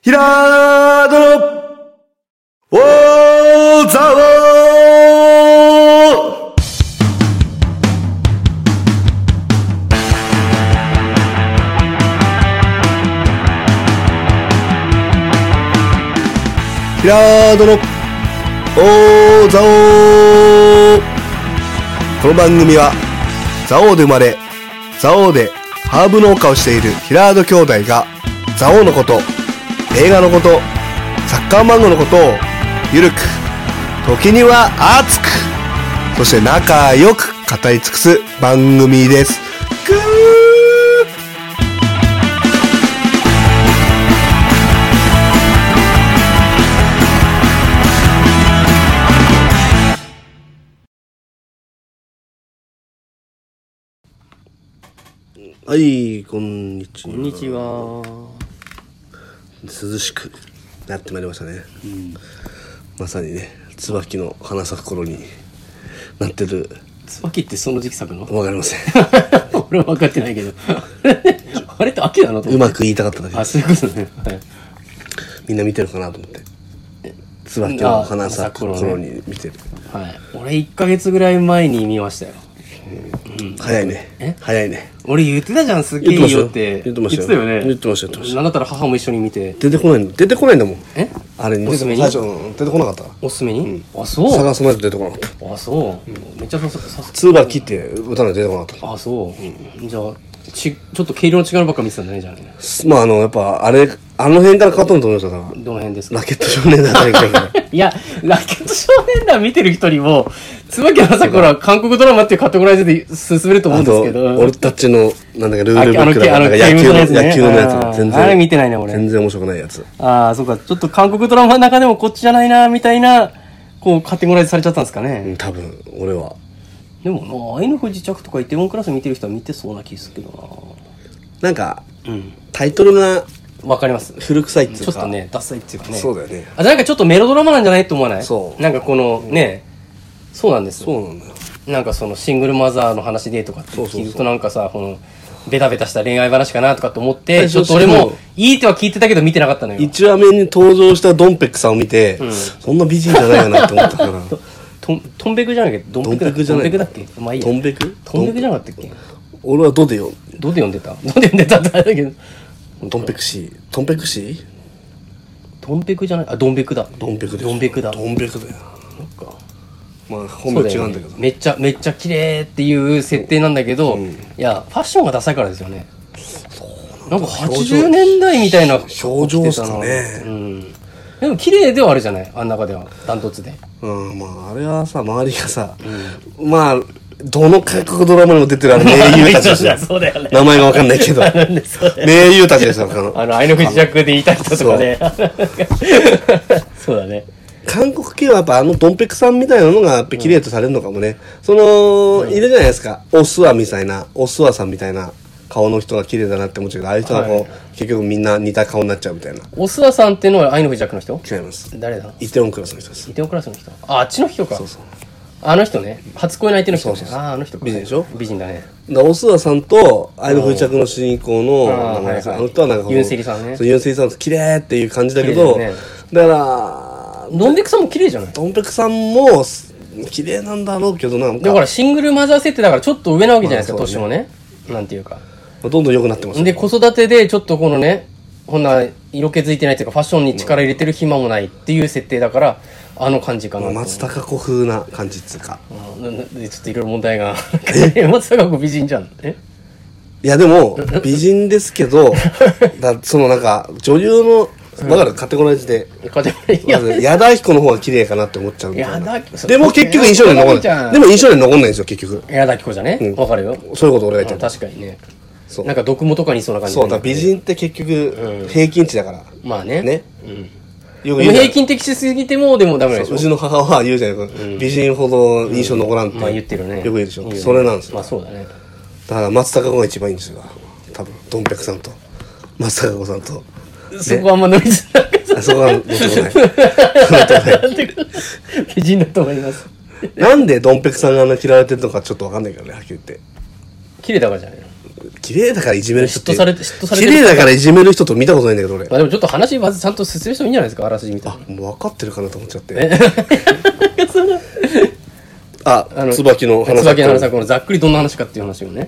平戸の大沢平戸の大沢。この番組は蔵王で生まれ蔵王でハーブ農家をしている平戸兄弟が蔵王のこと、映画のこと、サッカー漫画のことをゆるく、時には熱く、そして仲良く語り尽くす番組です。はい、こんにちは。 こんにちは。 涼しくなってまいりましたね、まさにね、椿の花咲く頃になってる。 椿ってその時期咲くの？ わかりません俺は分かってないけどあれって秋なのと思って。 うまく言いたかっただけです。 そういうことね、はい、みんな見てるかなと思って、椿の花咲く頃に見てる、 はい、俺1ヶ月ぐらい前に見ましたよ。 早いね。早いね。 俺言ってたじゃん、すっげえいいよって言ってましたよね。言ってました。 なんだったら母も一緒に見て。 出てこないんだもん。あれにおすすめに最初出てこなかった。 おすすめに、あ、そう。 探すまで出てこなかった。 あ、そう、めっちゃ椿って歌の出てこなかった。 あ、そう、じゃあちょっと毛色の違うばっか見てたんだね、じゃあね。 まあやっぱあの辺から変わったんだと思いますよ。 どの辺ですか？ ラケット少年団いや、ラケット少年団見てる人にも椿の桜は韓国ドラマっていうカテゴライズで進めると思うんですけど、 俺たちのなんだかルールブックだから野球のやつ、全然あれ見てないね俺。 全然面白くないやつ。 ああ、そうか。ちょっと韓国ドラマの中でもこっちじゃないなみたいなこうカテゴライズされちゃったんですかね。 多分俺は。 でも愛の不時着とかイテウォンクラス見てる人は見てそうな気するけどな。なんか、タイトルがわかります。 古臭いっていうか、 ちょっとね、ダサいっていうかね。 そうだよね。 なんかちょっとメロドラマなんじゃないと思わない？ そう。 なんかこのね、そうなんですよ。 そうなんだよ。 なんかそのシングルマザーの話でとかって聞くとなんかさ、このベタベタした恋愛話かなとかって思って、ちょっと俺もいいっては聞いてたけど見てなかったのよ。 1話目に登場したドンペクさんを見て、そんな美人じゃないよなって思ったから。 トンベクじゃなくてドンペクじゃない。ドンペクだっけ？まあいいや。 トンベクじゃなかったっけ？ 俺はドで読んでたってあれだけど。 ドンペクシードンペクじゃない？あ、ドンベクだ。 ドンペクだよ。 なんかまあ本名違うんだけど、 めっちゃ綺麗っていう設定なんだけど、いやファッションがダサいからですよね。なんか80年代みたいな表情ですかね。 でも綺麗ではあるじゃない、あん中ではダントツで。 まああれはさ、周りがさ、まあどの韓国ドラマにも出てる名優たちですよ。 そうだよね。 名前がわかんないけど名優たちですよ。 愛の不時着で言いたい人とかね。そうだね。 韓国系はやっぱドンペクさんみたいなのがやっぱ綺麗とされるのかもね。いるじゃないですか、オスワさんみたいな顔の人が綺麗だなって思っちゃうけど、ああいう人は結局みんな似た顔になっちゃうみたいな。 オスワさんってのは愛の不時着の人？ 違います。 誰だ？ イテウォンクラスの人です。 イテウォンクラスの人。あっちの人か。 そうそう、あの人ね、初恋の相手の人ね。 そうあの人か。 美人でしょ？ 美人だね。 オスワさんと愛の不時着の主人公の人はなんかユンセリさんね。 ユンセリさん綺麗っていう感じだけど、だからドンペクさんも綺麗じゃない？ ドンペクさんも綺麗なんだろうけど、なんかだからシングルマザー設定だからちょっと上なわけじゃないですか、年もね。なんていうかどんどん良くなってます。 で子育てでちょっとこのね、こんな色気づいてないっていうかファッションに力入れてる暇もないっていう設定だから、あの感じかな。 松たか子風な感じっつうか、 ちょっといろいろ問題が松たか子美人じゃん。 いやでも美人ですけどそのなんか女優のだからカテゴライズでまず矢田彦の方が綺麗かなって思っちゃうみたいな。でも結局印象に残んない。でも印象に残んないんですよ結局。 矢田彦じゃね、わかるよ。 そういうこと俺が言っちゃう。 確かにね。なんか毒もとかにいそうな感じ。 そうだ、美人って結局平均値だから。 まあね。 よく言う平均的しすぎてもでもダメでしょ。 うちの母は言うじゃないですか、美人ほど印象残らんって。 まあ言ってるね。 よく言うでしょ。それなんですよ。 まあそうだね。 だから松たか子が一番いいんですよ多分。ドンペクさんと松たか子さんと。 そこはあんま乗りづらく。 そこは乗ってこない美人だと思います。 なんでドンペクさんが嫌われてるのかちょっと分かんないけどね、はっきり言って。 綺麗だからじゃないの。 綺麗だからいじめる人って。 嫉妬されて綺麗だからいじめる人と見たことないんだけど俺。 まあでもちょっと話まずちゃんと説明してもいいんじゃないですか、あらすじみたいな。 もう分かってるかなと思っちゃって。椿の花椿の花咲くのざっくりどんな話かっていう話をね。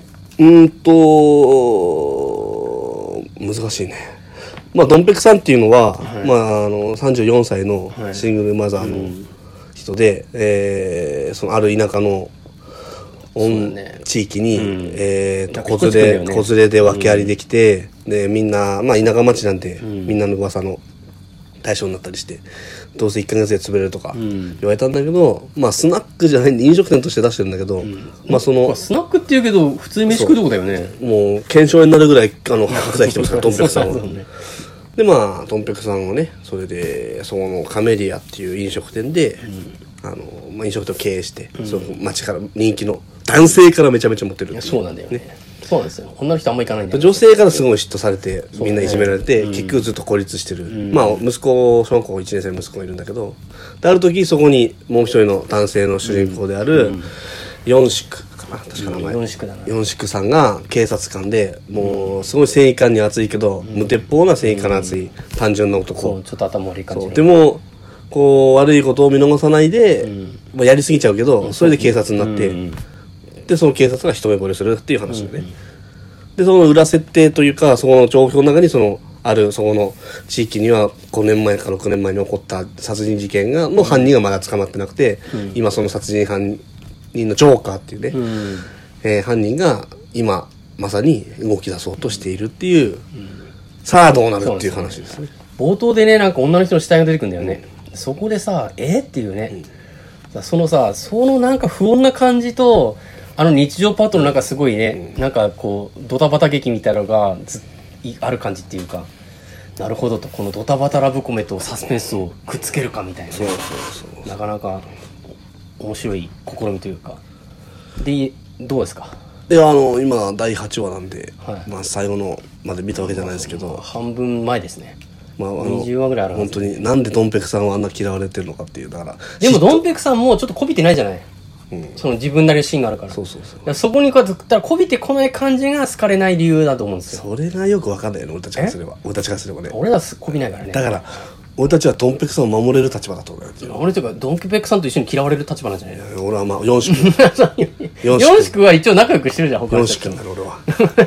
難しいね。まあドンペクさんっていうのは、まあ34歳のシングルマザーの人で、そのある田舎の地域に、子連れで訳ありできて、でみんなまあ田舎町なんで、みんなの噂の対象になったりして、どうせ1ヶ月で潰れるとか言われたんだけど、まあスナックじゃないんで飲食店として出してるんだけど、まあそのスナックっていうけど普通に飯食うとこだよね。 もう検証になるぐらい白菜来てますからドンペクさんは。でまあドンペクさんはね、それでそのカメリアっていう飲食店で、まあ、飲食店を経営して、その町から人気の男性からめちゃめちゃモテるっていう。 そうなんだよね。そうなんですよ。女の人あんま行かないんだよ。 女性からすごい嫉妬されてみんないじめられて、結局ずっと孤立してる、まあ息子小学校1年生の息子がいるんだけど、である時そこにもう一人の男性の主人公である、ヨンシクかな、確か名前、 ヨンシクだな。 ヨンシクさんが警察官で、もうすごい正義感に熱いけど、無鉄砲な正義感に熱い単純な男。 そう、ちょっと頭悪い感じの。 でもこう悪いことを見逃さないで、まあ、やりすぎちゃうけど、それで警察になって、でその警察が一目惚れするっていう話でね、でその裏設定というか、そこの状況の中にそこの地域には5年前か6年前に起こった殺人事件の犯人がまだ捕まってなくて、今その殺人犯人のジョーカーっていうね、犯人が今まさに動き出そうとしているっていう、さあどうなるっていう話ですね。 冒頭でね、なんか女の人の死体が出てくるんだよね。そこでさ、っていうね、そのなんか不穏な感じと、日常パートのなんかすごいね、なんかこうドタバタ劇みたいなのがある感じっていうか、なるほどと、このドタバタラブコメとサスペンスをくっつけるかみたいな、なかなか面白い試みというか。でどうですか？ で今第8話なんで、まあ最後のまで見たわけじゃないですけど、 半分前ですね。 まあ、 20話ぐらいあるはず。 本当になんでドンペクさんはあんな嫌われてるのかっていう。だからでもドンペクさんもちょっとこびてないじゃない、その自分なりのシーンがあるから。そこにこびてこない感じが好かれない理由だと思うんですよ。 それがよく分かんないよね、俺たちからすればね。 俺らこびないからね。 だから俺たちはドンペクさんを守れる立場だと思うよ。 俺というかドンペクさんと一緒に嫌われる立場なんじゃないの？ 俺はまあヨンシクヨンシクは一応仲良くしてるじゃん、他の人と。 ヨンシクになる俺は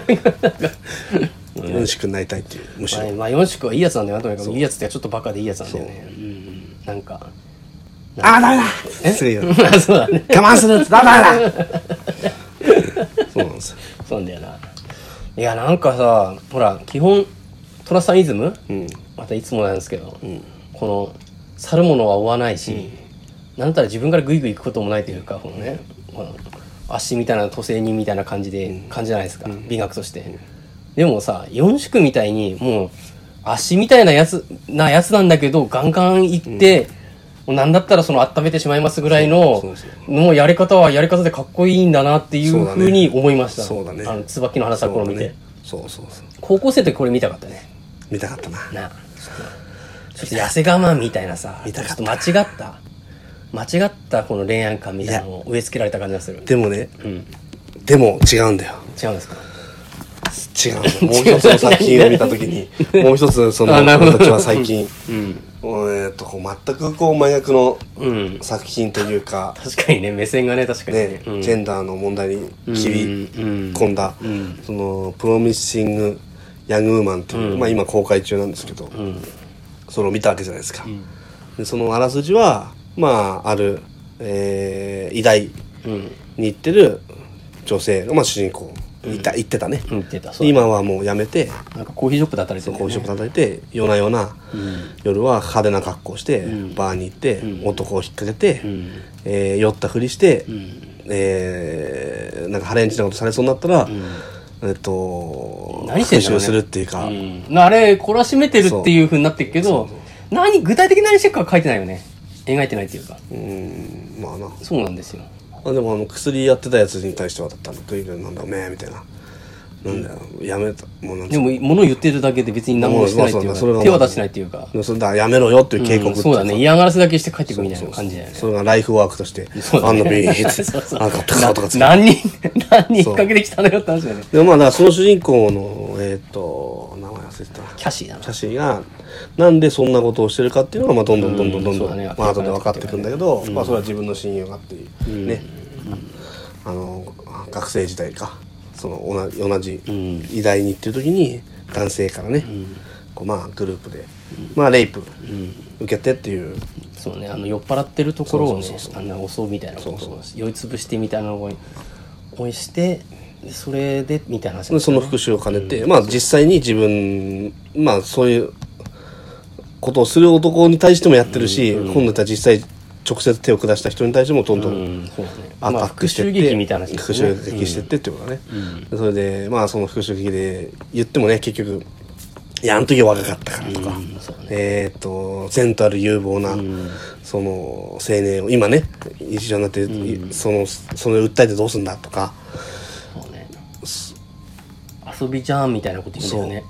ヨンシクになりたいっていう、むしろ。 まあヨンシクはいいやつなんだよな、とにかく。いいやつってちょっとバカでいいやつなんだよね。なんかダメだ失礼よそうだね、 我慢するダメだそうなんですよ。 そうなんだよな。いやなんかさ、ほら基本トラさんイズム、またいつもなんですけど、この去るものは追わないし、なんだったら自分からグイグイ行くこともないというか、このね、足みたいな都政人みたいな感じじゃないですか、美学として。でもさ、四宿みたいにもう足みたいなやつなんだけど、ガンガン行って、なんだったら温めてしまいますぐらいのやり方はやり方でかっこいいんだなっていうふうに思いました。 そうだね。 椿の花咲く頃見て。 そう。 高校生ってこれ見たかったね。 見たかったな。 ちょっと痩せ我慢みたいなさ、ちょっと間違ったこの恋愛観みたいなのを植え付けられた感じがする。 でもね、でも違うんだよ。 違うんですか？ 違う。もう一つの作品を見たときに、もう一つ俺たちは最近、全く真逆の作品というか、 確かにね、目線がね、確かにね、 ジェンダーの問題に切り込んだ、そのプロミッシングヤングウーマンという、まあ今公開中なんですけど、それを見たわけじゃないですか。でそのあらすじは、まあある医大に行ってる女性が、まあ主人公行ってたね。今はもう辞めて、 なんかコーヒーショップで働いてる、 コーヒーショップで働いて、夜な夜な、夜は派手な格好して、バーに行って、男を引っ掛けて、酔ったふりして、なんかハレンチなことされそうになったら、復讐するっていうか、 あれ懲らしめてるっていうふうになってるけど、具体的に何してるかは書いてないよね。描いてないっていうか。 まあな。 そうなんですよ。 でも薬やってたやつに対してはだったのというなんだおめえみたいななんだよ、やめた。もうなんでも物を言ってるだけで別に何もしてないっていうか、手は出してないっていうか、 それだやめろよっていう警告っていうか、 そうだね、嫌がらせだけして帰ってくみたいな感じだよね。 それがライフワークとして、あんのビーってあんかったかとかつけて何人かけてきたのよって話だよね。 でもまあだからその主人公の名前忘れてたな、 キャシーだな。 キャシーがなんでそんなことをしてるかっていうのがまあどんどんそうだね、 まあ後で分かってくんだけど、まあそれは自分の親友がっていうね、学生時代かその同じ医大に行ってる時に男性からね、こうまあグループでまあレイプ受けてっていう、 そうね、酔っ払ってるところをね、襲うみたいなことを酔いつぶしてみたいなのをしてそれでみたいな話、 ね、その復讐を兼ねて、まあ実際に自分まあそういうことをする男に対してもやってるし、今度は実際直接手を下した人に対してもどんどんアタックしてって、 復讐劇みたいな話復讐劇してってっていうことだね、それでまあその復讐劇で言ってもね結局いやあの時は若かったからとか、前途ある有望な、その青年を今ね一緒になって、それを訴えてどうすんだとか、 そうね、遊びじゃんみたいなこと言うんだよね。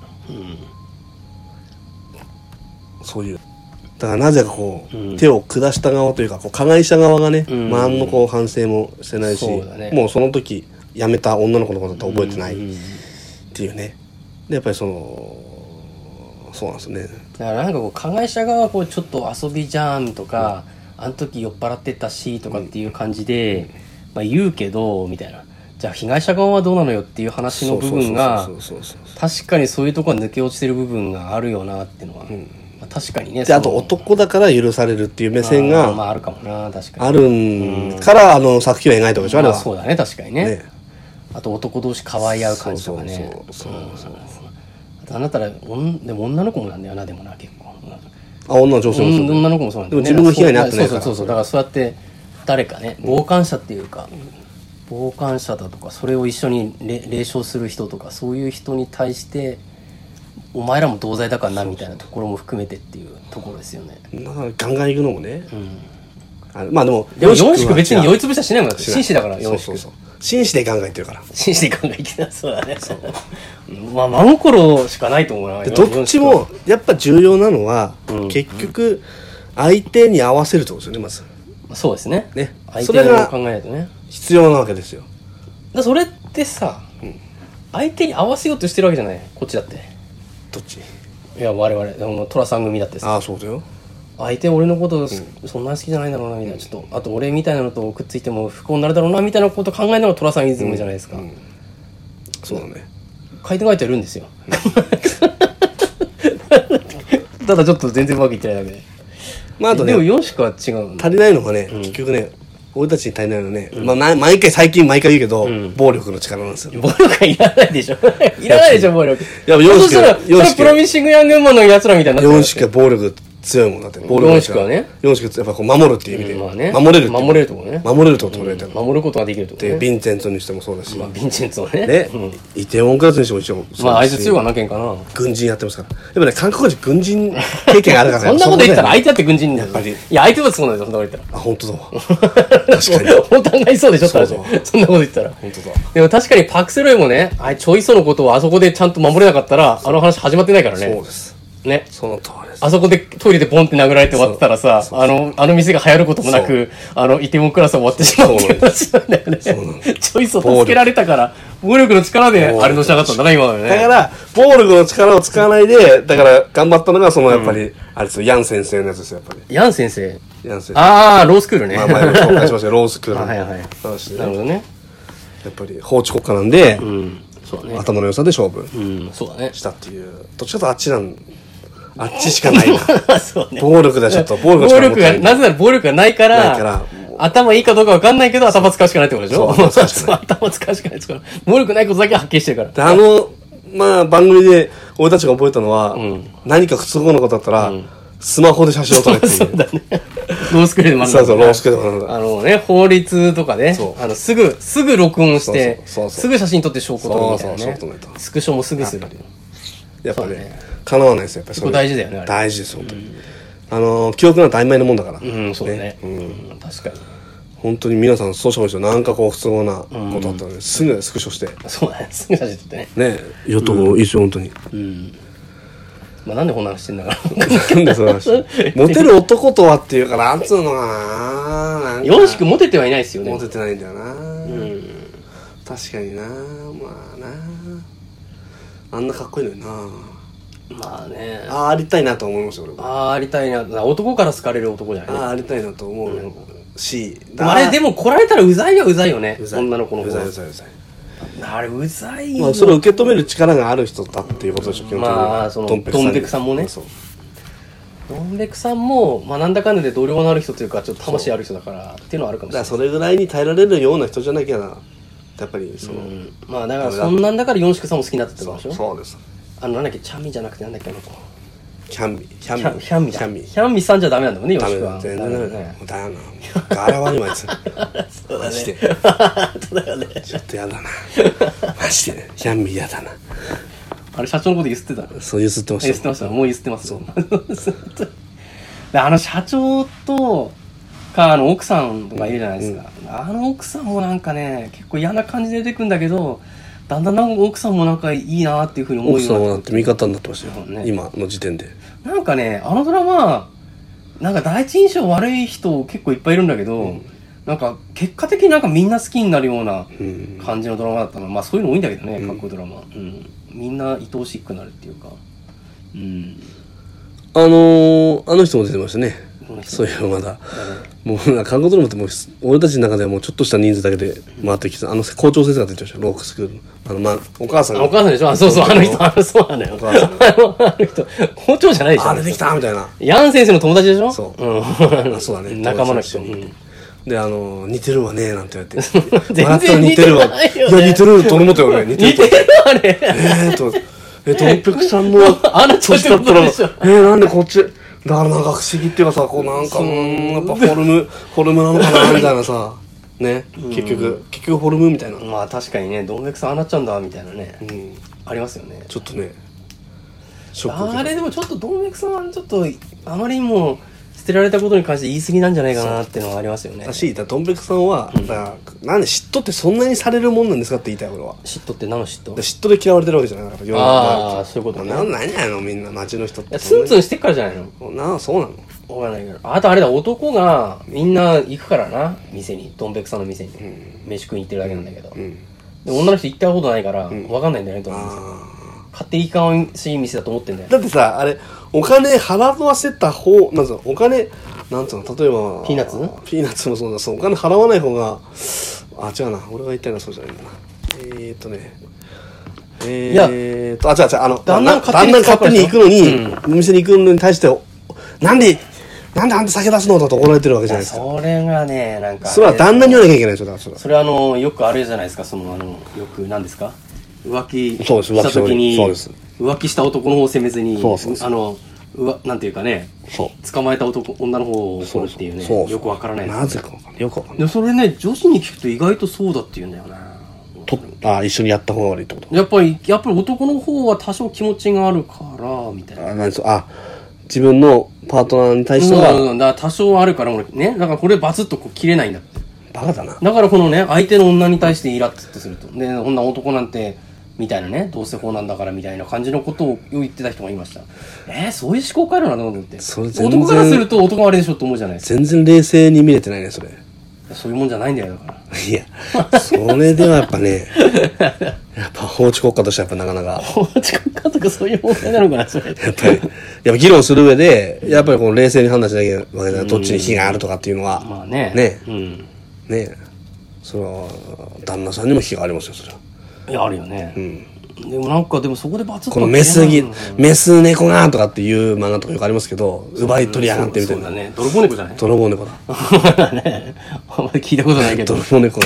そういうだからなぜかこう、手を下した側というかこう加害者側がね、何のこう反省もしてないし、もうその時辞めた女の子のことだって覚えてないっていうね。でやっぱりそうなんですね。 だからなんかこう加害者側はこうちょっと遊びじゃんとか、あの時酔っ払ってたしとかっていう感じで、まあ、言うけどみたいな、じゃあ被害者側はどうなのよっていう話の部分が確かにそういうところは抜け落ちてる部分があるよなっていうのは、まあ、確かにね。 であと男だから許されるっていう目線がまああるかもな、確かにあるんから作品を描いたわけでしょ、あれは。 そうだね、確かにね。あと男同士可愛い合う感じとかね。あなたらでも女の子もなんだよな、でもな結構。 女の女性もそう、 女の子もそうなんだよね。 でも自分の被害に遭ってないから。 そうだからそうやって誰かね、傍観者っていうか、傍観者だとかそれを一緒に冷笑する人とかそういう人に対してお前らも同罪だからなみたいなところも含めてっていうところですよね。 ガンガン行くのもね、まあでもヨシク別に酔いつぶしたしないもんだって、紳士だからヨシク。 紳士でガンガン言ってるから。 紳士でガンガン言ってた。そうだね。まあ真心しかないと思うな。 どっちもやっぱ重要なのは、結局相手に合わせるってことですよね、まず。 そうですね。相それが手を考えないとね。 必要なわけですよ。 それってさ、相手に合わせようとしてるわけじゃない、こっちだって。 どっち？ いや我々寅さん組だってさ。 そうだよ。 相手俺のことそんな好きじゃないんだろうなみたいな、ちょっとあと俺みたいなのとくっついても不幸になるだろうなみたいなことを考えながら寅さんイズムじゃないですか。 そうだね。 書いているんですよ。ただちょっと全然うまくいってないだけで。まああとね、でもヨシクは違う。 足りないのがね、結局ね、俺たちに足りないのはね、まあ最近毎回言うけど、暴力の力なんですよ。 暴力はいらないでしょ。いらないでしょ暴力。 いやそしたらプロミッシングヤングマンの奴らみたいになってる。 ヨシクは暴力強いもんだって。 ヨシクはね。 ヨシクやっぱこう守るっていう意味で、 まあね、 守れるとこね。 守れるってこと言われてる。 守ることができるってことね。 で、ヴィンチェンツォにしてもそうだし。 まあヴィンチェンツォね。 ね、イテウォンクラスにしても一応。 まああいつ強がなけんかな。 軍人やってますから。でもね、韓国人軍人経験があるからね。 そんなこと言ったら相手だって軍人だよ。いや相手はそうなんだよ、そんなこと言ったら。 本当だわ。確かに。 本当にそうでしょ、そんなこと言ったら。 本当だ。 でも確かにパクセロイもね、チョイソのことをあそこでちゃんと守れなかったら、あの話始まってないからね。 そうです。 ね。 その通りです。 あそこでトイレでポンって殴られて終わってたらさ、あの店が流行ることもなく、イテウォンクラスは終わってしまうっていう話なんだよね。チョイスを助けられたから、暴力の力であれのし上がったんだな、今はね。 だから、暴力の力を使わないで、だから頑張ったのが、やっぱり、あれですよ、ヤン先生のやつですよ、やっぱり。 ヤン先生。 ヤン先生。 ああ、ロースクールね。 まあ前も紹介しましたよ、ロースクール。 はいはい。なるほどね。 やっぱり、法治国家なんで、 そうね。 頭の良さで勝負。 そうだね。 したっていう。どっちかとあっちしかないな。 そうね。 暴力だ、ちょっと。 暴力が、なぜなら暴力がないから、頭いいかどうかわかんないけど、頭使うしかないってことでしょ。頭使うしかないですから。暴力ないことだけははっきりしてるから。 まあ、番組で、俺たちが覚えたのは、何か不都合なことだったら、スマホで写真を撮れっていう。 そうだね。ロースクールで学んだ。 そう、ロースクールで学んだ。 法律とかね、すぐ録音して、すぐ写真撮って証拠撮るみたいなね。スクショもすぐする。 やっぱね、叶わないですよ、やっぱり。 そこ大事だよね、あれ。 大事です、本当に。記憶なんて曖昧なもんだから。 そうね。確かに。 本当に皆さんそうした方がいいですよ。なんかこう不都合なことあったらね、すぐスクショしてそうだね、すぐ写真撮ってね。 ね、やった方がいいですよ、本当に。 まあなんでこんな話してんだからなんでその話モテる男とはっていうかなんつうのかな、なんかよろしくモテてはいないですよね。 モテてないんだよな、確かにな、まあな、あんなかっこいいのにな。 まあね、 ありたいなと思いますよ、俺も。 ありたいな、男から好かれる男じゃないね。 ありたいなと思うし、 あれでも来られたらうざいはうざいよね、 うざい女の子の方。 うざいうざいうざい。 あれうざいよ。 まあそれを受け止める力がある人だっていうことでしょ、基本的に。 まあそのドンベクさんもね、 そう、 ドンベクさんもまあなんだかんだで度量のある人というかちょっと魂ある人だからっていうのはあるかもしれない。 だからそれぐらいに耐えられるような人じゃなきゃな、やっぱりその、 まあだからそんなんだからヨンシクさんも好きになったってことでしょ。 そうです。 なんだっけ、チャンミじゃなくてなんだっけ、あの子キャンミヒャンミさんじゃダメなんだもんね、ヨンシクは。 全然ダメだね。もうだよな、ガラ悪いわあいつ。 そうだね、 マジでそうだよね。 ちょっとやだな、マジでキャンミやだな。 あれ社長のこと言ってた。 そう言ってました。 言ってました。もう言ってますよ。で社長とか奥さんとかいるじゃないですか、奥さんもなんかね結構嫌な感じで出てくんだけど、だんだんなんか奥さんもなんかいいなっていうふうに思うようになって。 奥さんはなんて味方になってましたよ、 ね、 今の時点で。なんかね、あのドラマなんか第一印象悪い人結構いっぱいいるんだけど、なんか結果的になんかみんな好きになるような感じのドラマだったの。まあそういうの多いんだけどね、かっこいいドラマ、みんな愛おしくなるっていうか、 あの人も出てましたね。そういうまだもう韓国ドラマってもう俺たちの中ではもうちょっとした人数だけで回ってきて、校長先生が出てましたよ、ロークスクールのお母さんが。 お母さんでしょ。そうそう、あの人、そうなのよ。あの人校長じゃないでしょ。 出てきたみたいな。 ヤン先生の友達でしょ。 そう、そうだね、 仲間の人。 で似てるわねなんて言われて、全然似てるわ。いや似てると思ったよね。似てるあれ。 ドンペクさんもあなたってことでしょ。 なんでこっちだからなんか不思議っていうかさ、こうなんかやっぱフォルムなのかなみたいなさね、結局フォルムみたいな。 まあ確かにね、ドンベクさんああなっちゃうんだみたいなね、ありますよね。 ちょっとね、 あれでもちょっとドンベクさんはちょっとあまりにも捨てられたことに関して言い過ぎなんじゃないかなっていうのはありますよね。 ドンベクさんはなんで嫉妬ってそんなにされるもんなんですかって言いたい、俺は。 嫉妬って何の嫉妬？ 嫉妬で嫌われてるわけじゃないから。 ああ、そういうことね。 何やのみんな街の人って。 ツンツンしてっからじゃないの？ そうなの？ わかんないけど。あとあれだ、男がみんな行くからな、店に、ドンベクさんの店に、飯食いに行ってるだけなんだけど、で女の人行ったことないからわかんないんだよね、ドンベクさん。勝手に行かんしい店だと思ってんだよ。 だってさ、あれお金払わせた方、なんつうの、お金なんつうの、例えばピーナッツもそうだ、そう、お金払わない方が、違うな、俺が言ったのはそうじゃないんだな。いや、旦那勝手に行くのに、お店に行くのに対して、なんであんた酒出すのだと怒られてるわけじゃないですか。 それがね、なんかそれは旦那に言わなきゃいけないでしょ。だからそれはよくあれじゃないですか、よく何ですか、浮気した時に浮気した男の方を責めずに、なんていうかね、捕まえた女の方を怒るっていうね、よくわからないです。 なぜかわかんない。よくわかんない。 それね、女子に聞くと意外とそうだって言うんだよな。 一緒にやった方が悪いってこと？ やっぱり男の方は多少気持ちがあるからみたいな。 自分のパートナーに対しては、 だから多少あるからね、だからこれバツッと切れないんだって。 バカだな。 だからこのね、相手の女に対してイラッとすると、で、こんな男なんてみたいなね、どうせこうなんだからみたいな感じのことを言ってた人がいました。そういう思考回路なのと思って。男からすると男が悪いでしょって思うじゃないですか。 全然冷静に見れてないね、それ。 そういうもんじゃないんだよ、だから。 いや、それではやっぱね、やっぱ法治国家としてはやっぱなかなか。 法治国家とかそういう問題なのかな、それ。 やっぱ議論する上で、やっぱりこう冷静に判断しなきゃいけないわけだ。どっちに非があるとかっていうのは。 まあね。 ね。それは、旦那さんにも非がありますよ、それは。 いや、あるよね。でもそこでバツッと。 このメス猫がとかっていう漫画とかよくありますけど、奪い取りやがってみたいな。 そうだね。泥棒猫じゃない？ 泥棒猫だ。 あんまり聞いたことないけど。 泥棒猫だ。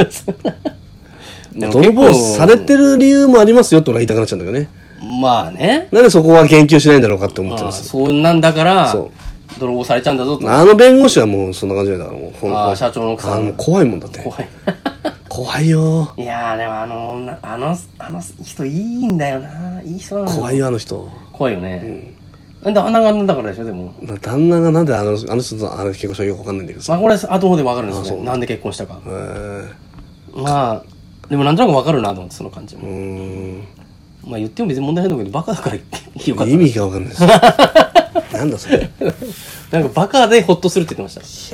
泥棒されてる理由もありますよって俺は言いたくなっちゃうんだけどね。 まあね。 なんでそこは言及しないんだろうかって思ってます。 そんなんだから、泥棒されちゃうんだぞと。 弁護士はもうそんな感じだから、もう。 社長の奥さん。 怖いもんだって。怖いよ。 いやでもあの人いいんだよな。いい人なの。 怖いよ、あの人。 怖いよね。 旦那がなんだからでしょ、でも。 旦那がなんであの人と結婚したかよくわかんないんだけどさ。 まあこれ後の方でわかるんですよね。なんで結婚したか。まあ、でもなんとなくわかるなと思って、その感じも。まあ言っても別に問題ないんだけど、バカだからよかった。 意味がわかんないです。なんだそれ。 なんかバカでホッとするって言ってました。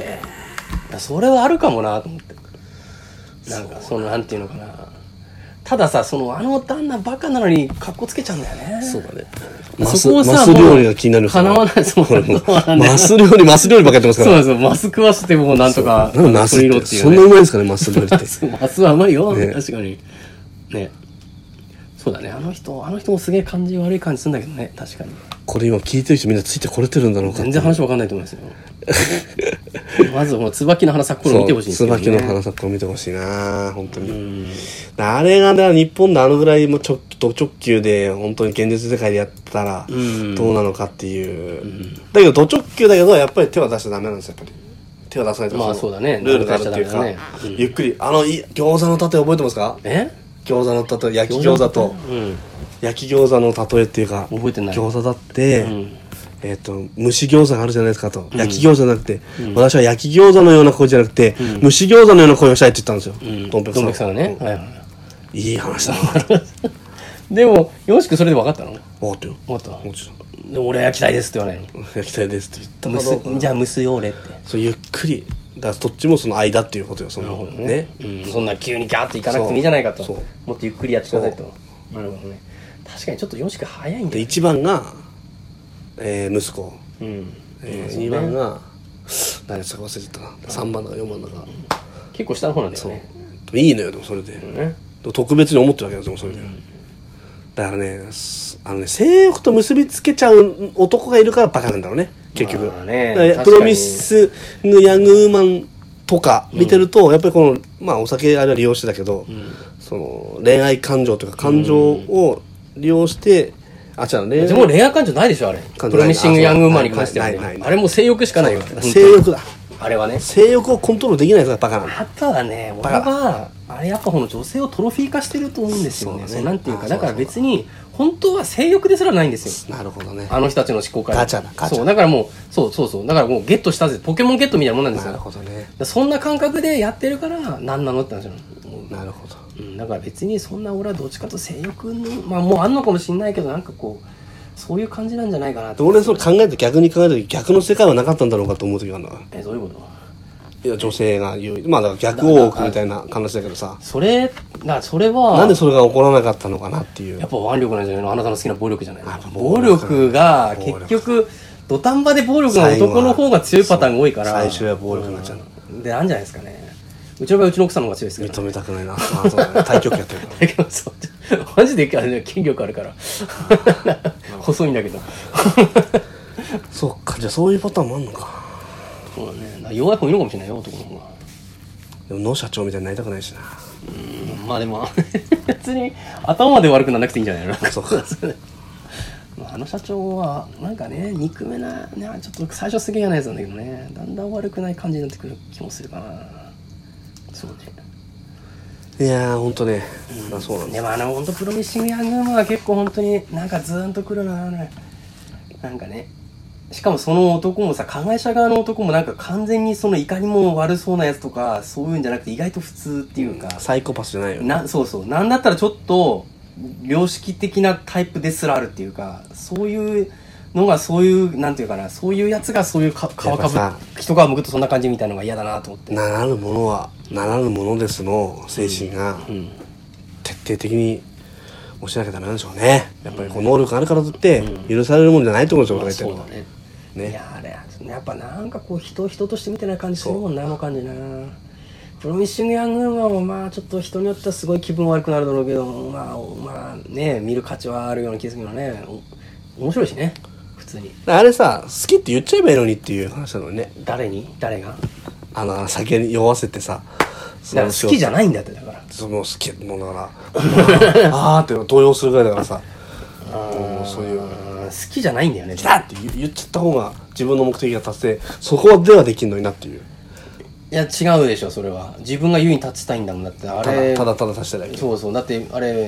それはあるかもなと思って。なんかなんていうのかな。たださ、旦那バカなのにカッコつけちゃうんだよね。 そうだね。 そこをさ、 マス料理が気になる。 叶わない。そうなんだよ。 マス料理ばっかやってますから。 そうですよ。マス食わせてもなんとか。 ナスってそんなうまいですかね、マス料理って。 マスはうまいよ。確かに。ね。そうだね。あの人もすげえ感じ悪い感じするんだけどね。確かに。 これ今聞いてる人みんなついてこれてるんだろうか。 全然話わかんないと思いますよ。まず椿の花咲く頃見てほしいんですよね。 椿の花咲く頃見てほしいな本当に。あれがね、日本であのぐらいもド直球で本当に現実世界でやったらどうなのかっていう。だけどド直球だけどやっぱり手は出しちゃダメなんですよ、やっぱり。手を出さないと。 まあそうだね。 ルールがあるっていうか、ゆっくり。餃子の盾覚えてますか？餃子の盾、焼き餃子と焼き餃子の例えっていうか、 覚えてない。 餃子だって蒸し餃子があるじゃないですかと、焼き餃子じゃなくて、私は焼き餃子のような声じゃなくて、蒸し餃子のような声をしたいって言ったんですよ、ドンペクさんがね。いい話だな。 でもよしくそれで分かったの？ 分かったよ。 分かった。もちろん。でも俺は焼きたいですって言わないの？ 焼きたいですって言ったかどうか。 じゃあ蒸すよ俺って。 そうゆっくり。だからどっちもその間っていうことよ。そのね。 そんな急にガーッといかなくてもいいじゃないかと。もっとゆっくりやってくださいと。なるほどね。確かにちょっとよしく早いんだよ。 1番が息子。2番が何ですか忘れちゃったな。3番だか4番だか。 結構下の方なんだよね。 いいのよでもそれで。特別に思ってるわけですよそれで。だからね、性欲と結びつけちゃう男がいるからバカなんだろうね、結局。プロミスグヤングウーマンとか見てると、やっぱりお酒あれは利用してたけど、恋愛感情というか感情を利用して、 でも恋愛感情ないでしょ、あれ。プロミシングヤングウーマンに関してはね。あれもう性欲しかないよ。 性欲だ。 あれはね。 性欲をコントロールできないからバカなんだ。 あとはね、俺は、あれやっぱ女性をトロフィー化してると思うんですよね。なんていうか、だから別に、本当は性欲ですらないんですよ。なるほどね。 あの人たちの思考回路。 ガチャだ、ガチャ。 そう、だからもう、だからもうゲットしたぜ。ポケモンゲットみたいなもんなんですよ。 なるほどね。 そんな感覚でやってるから、何なのって話なの。 なるほど。 だから別にそんな俺はどっちかと性欲の、まあもうあんのかもしんないけど、なんかそういう感じなんじゃないかなと。 俺それ逆に考えて逆の世界はなかったんだろうかと思う時があるんだ。 どういうこと？ いや女性が言う、まあだから逆大奥みたいな話だけどさ、 それはなんでそれが起こらなかったのかなっていう。 やっぱ腕力なんじゃないの？あなたの好きな暴力じゃないの？暴力が結局土壇場で暴力が男の方が強いパターンが多いから、 最初は暴力になっちゃう。 でなんじゃないですかね。うちの奥さんの方が強いですから。 認めたくないな。あそうだね。太極やってるから。 そうマジで筋力あるから細いんだけど。 そっか、じゃあそういうパターンもあんのか。 そうだね。弱い方いるのかもしれないよ、男の方が。 でも野社長みたいになりたくないしな。 まあでも別に頭まで悪くならなくていいんじゃないの？ そうか。 あの社長はなんかね、憎めなね、ちょっと最初すげえ嫌なやつなんだけどね、だんだん悪くない感じになってくる気もするかな。そうね。 いやーほんとね、そうなんです。 でもほんとプロミッシングヤングウーマンは結構本当になんかズーンとくるな。なんかね、しかもその男もさ、加害者側の男もなんか完全にいかにも悪そうなやつとかそういうんじゃなくて意外と普通っていうか、 サイコパスじゃないよね。 そうそう、なんだったらちょっと良識的なタイプですらあるっていうか、そういうのがそういうなんていうかな、そういうやつがそういう皮かぶ人が向くとそんな感じみたいなのが嫌だなと思って。 ならぬものはならぬものですの精神が徹底的に教えなきゃダメなんでしょうね。やっぱり能力があるからといって許されるもんじゃないってことですよ、俺が言ってるのは。 いやあれやっぱなんか人として見てない感じするもんな、あの感じな。プロミッシングヤングウーマンもまあちょっと人によってはすごい気分悪くなるだろうけど、まあね、見る価値はあるような気がするけどね、面白いしね、普通に。 あれさ、好きって言っちゃえばいいのにっていう話なのにね。 誰が酒に酔わせてさ、 だから好きじゃないんだって。だから好きもうだからあーって動揺するぐらいだからさ、そういう好きじゃないんだよね。 だって言っちゃった方が自分の目的が達成、そこではできんのになっていう。 いや違うでしょ、それは自分が優位に立ちたいんだもん。だってあれただ立ちたいだけ。 そうだってあれ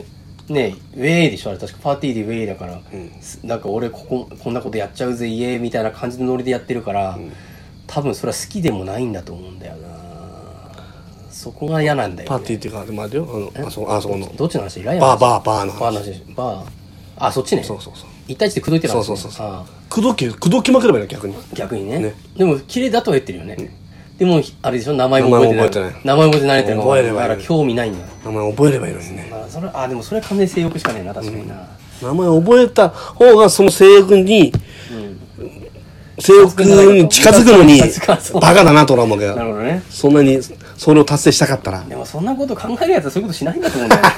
ねウェイでしょあれ確かパーティーでウェイだから、なんか俺こんなことやっちゃうぜイエーみたいな感じのノリでやってるから、多分それは好きでもないんだと思うんだよな。そこが嫌なんだよ、ね、 パーティーっていうかでもあれよあそこのどっちの話？ライバーの話バーあそっちね。 そう一対一で口説いてる話、ね、 そう口説きまくればいいの逆にねでも綺麗だとは言ってるよね、でもあれでしょ名前も覚えてない名前覚えてないっての覚えればいいだから興味ないんだよ。 名前覚えればいいのにね。 でもそれは完全に性欲しかねえな確かにな、 名前覚えた方がその性欲に近づくのにバカだなと思うけど、 なるほどね。 そんなにそれを達成したかったら。 でもそんなこと考えるやつはそういうことしないんだと思うんだよ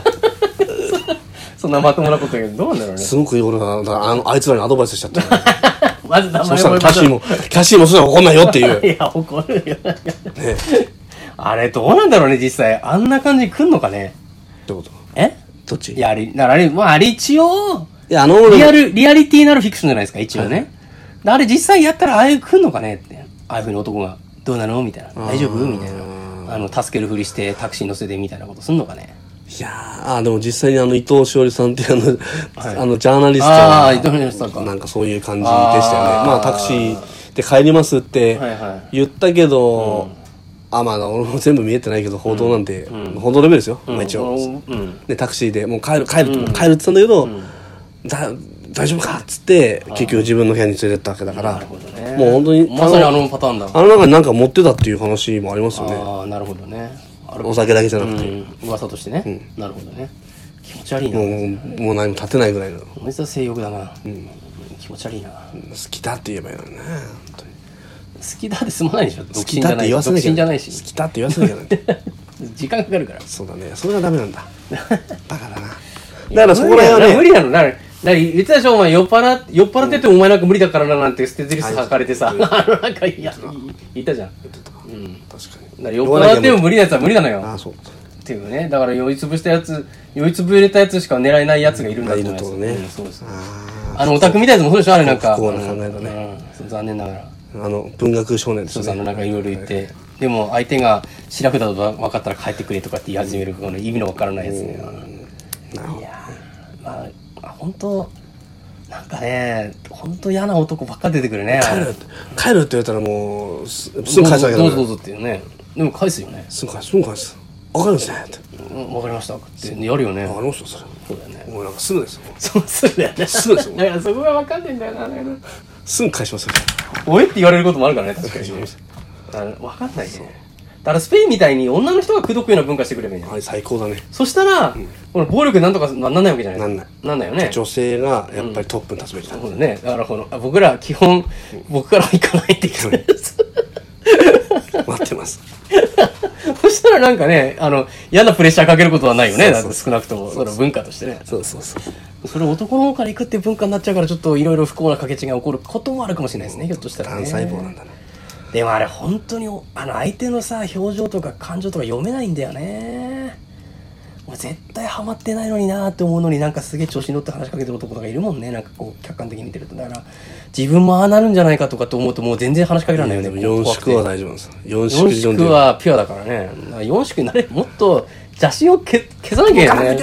そんなまともなこと言うどうなんだろうね。 すごく俺があいつらにアドバイスしちゃったまず名前そしたらキャシーもそしたら怒んないよっていういや怒るよ、ね、あれどうなんだろうね実際あんな感じ来んのかね。 どういうこと？ どっち？ いやあれ一応いやリアリティなるフィクションじゃないですか一応ね、あれ実際やったらああいう来んのかねって、ああいうふうに男がどうなのみたいな大丈夫みたいな助けるふりしてタクシー乗せてみたいなことすんのかね。いやでも実際に伊藤詩織さんっていうジャーナリストはなんかそういう感じでしたよね。まあタクシーで帰りますって言ったけど、まあ俺も全部見えてないけど報道なんて、報道レベルですよ、一応、でタクシーでもう帰るって言ったんだけど、大丈夫かっつって結局自分の部屋に連れてったわけだから、もう本当にまさにあのパターンだ。 あの中になんか持ってたっていう話もありますよね。 ああなるほどね。 お酒だけじゃなくて、 噂としてね、なるほどね。気持ち悪いな。 もう何も立てないぐらいのお店は性欲だな、気持ち悪いな。 好きだって言えばいいのにね。 好きだって済まないでしょ。 好きだって言わせなきゃ独身じゃないし好きだって言わせなきゃ時間かかるから。 そうだね、それがダメなんだバカだな。だからそこら辺はね無理なの。言ってたでしょお前酔っ払っててもお前なんか無理だからななんて捨てゼリフ吐かれてさ、なんか言ったじゃん。 確かに酔っ払っても無理なやつは無理なのよ。 そうっていうね。だから酔いつぶれたやつしか狙えないやつがいるんだと思います。 ね。 そうです。オタクみたいなやつもそうでしょあれなんか。 不幸な考えだね。 残念ながら。 文学少年ですね。 そうなんかいろいろ言って、でも相手が白くだと分かったら帰ってくれとかって言い始めるこの意味の分からないやつね。いやまあ本当なんかね本当嫌な男ばっか出てくるね。 帰るって言われたらもうすぐ返すわけだどうぞっていうね。でも返すよね。 すぐ返す。わかるんですねって。 わかりましたってやるよね。 わかりましたそれ。 そうだよね。 もうなんかすぐですよ。 そうすぐだよね。 すぐですよ。 だからそこがわかんないんだよな。 すぐ返しますよ。 おえって言われることもあるからね確かに。わかんないね。だからスペインみたいに女の人が口説くような文化してくればいいんだよ。 はい最高だね。 そしたらこの暴力なんとかなんないわけじゃない。なんないよね。 女性がやっぱりトップに立つべきだ。 そうだね。だから僕ら基本僕からは行かないって言ってる。 待ってます。 そしたらなんかね嫌なプレッシャーかけることはないよね。だって少なくともその文化としてね。 そうそれ男の方から行くっていう文化になっちゃうからちょっといろいろ不幸な掛け違いが起こることもあるかもしれないですね。ひょっとしたらね。 単細胞なんだね。 でもあれ本当に相手のさ表情とか感情とか読めないんだよね。俺絶対ハマってないのになーって思うのになんかすげえ調子に乗って話しかけてる男とかいるもんね。なんかこう客観的に見てると。だから自分もああなるんじゃないかとかと思うともう全然話しかけられないよね。 4宿は大丈夫なんですよ。4 宿はピュアだからね。4宿になれもっと邪心を消さなきゃいけないね。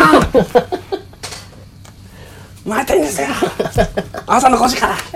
待ってんですよ朝の5時から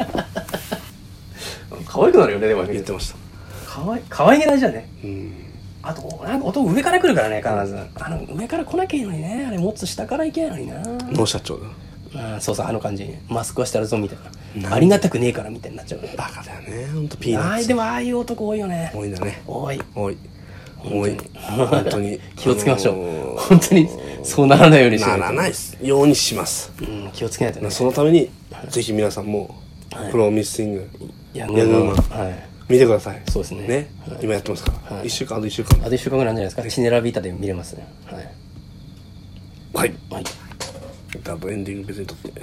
可愛くなるよね。でも言ってました。 可愛げないじゃんね。あとなんか音上から来るからね必ず。上から来なきゃいいのにね。あれもっと下から行けないのにな。 脳社長だ。 そう感じ。マスクはしてあるぞみたいな。ありがたくねえからみたいになっちゃうね。 バカだよねほんと。ピーナッツ。 でもああいう男多いよね。 多いんだね。 多い本当に気をつけましょう。本当にそうならないようにしないと。 ならないようにします。 気をつけないとね。 そのためにぜひ皆さんもプロミスイングヤングウーマン見てください。 そうですね。 今やってますから。1週間あと1週間ぐらいなんじゃないですか。チネラビータで見れますね。 はい。ダブエンディング別にとって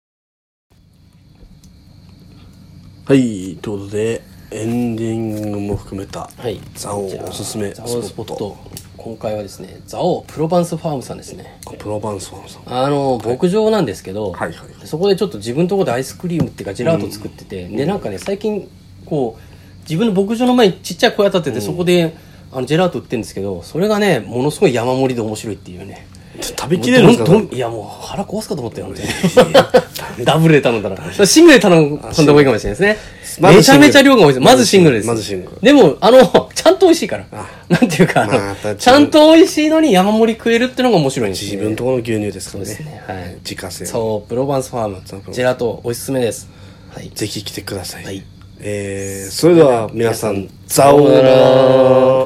はい、ということでエンディングも含めた蔵王おすすめスポット。 今回はですね蔵王プロバンスファームさんですね。 プロバンスファームさん牧場なんですけど、そこでちょっと自分のところでアイスクリームっていうかジェラート作ってて、でなんかね最近こう自分の牧場の前にちっちゃい小屋建てて、そこでジェラート売ってるんですけど、それがねものすごい山盛りで面白いっていうね。 食べきれるんですか？ いやもう腹壊すかと思ったよ本当にダブルで頼んだらシングルで頼んだ方がいいかもしれないですね。めちゃめちゃ量が多いです。まずシングルです。 まずシングル。 でもちゃんと美味しいからなんていうかちゃんと美味しいのに山盛り食えるってのが面白いんですね。 自分のところの牛乳ですからね。 そうですね。はい。 自家製。 そうプロバンスファームジェラートおすすめです。はい。 ぜひ来てください。 はい。 それでは皆さん、さようなら。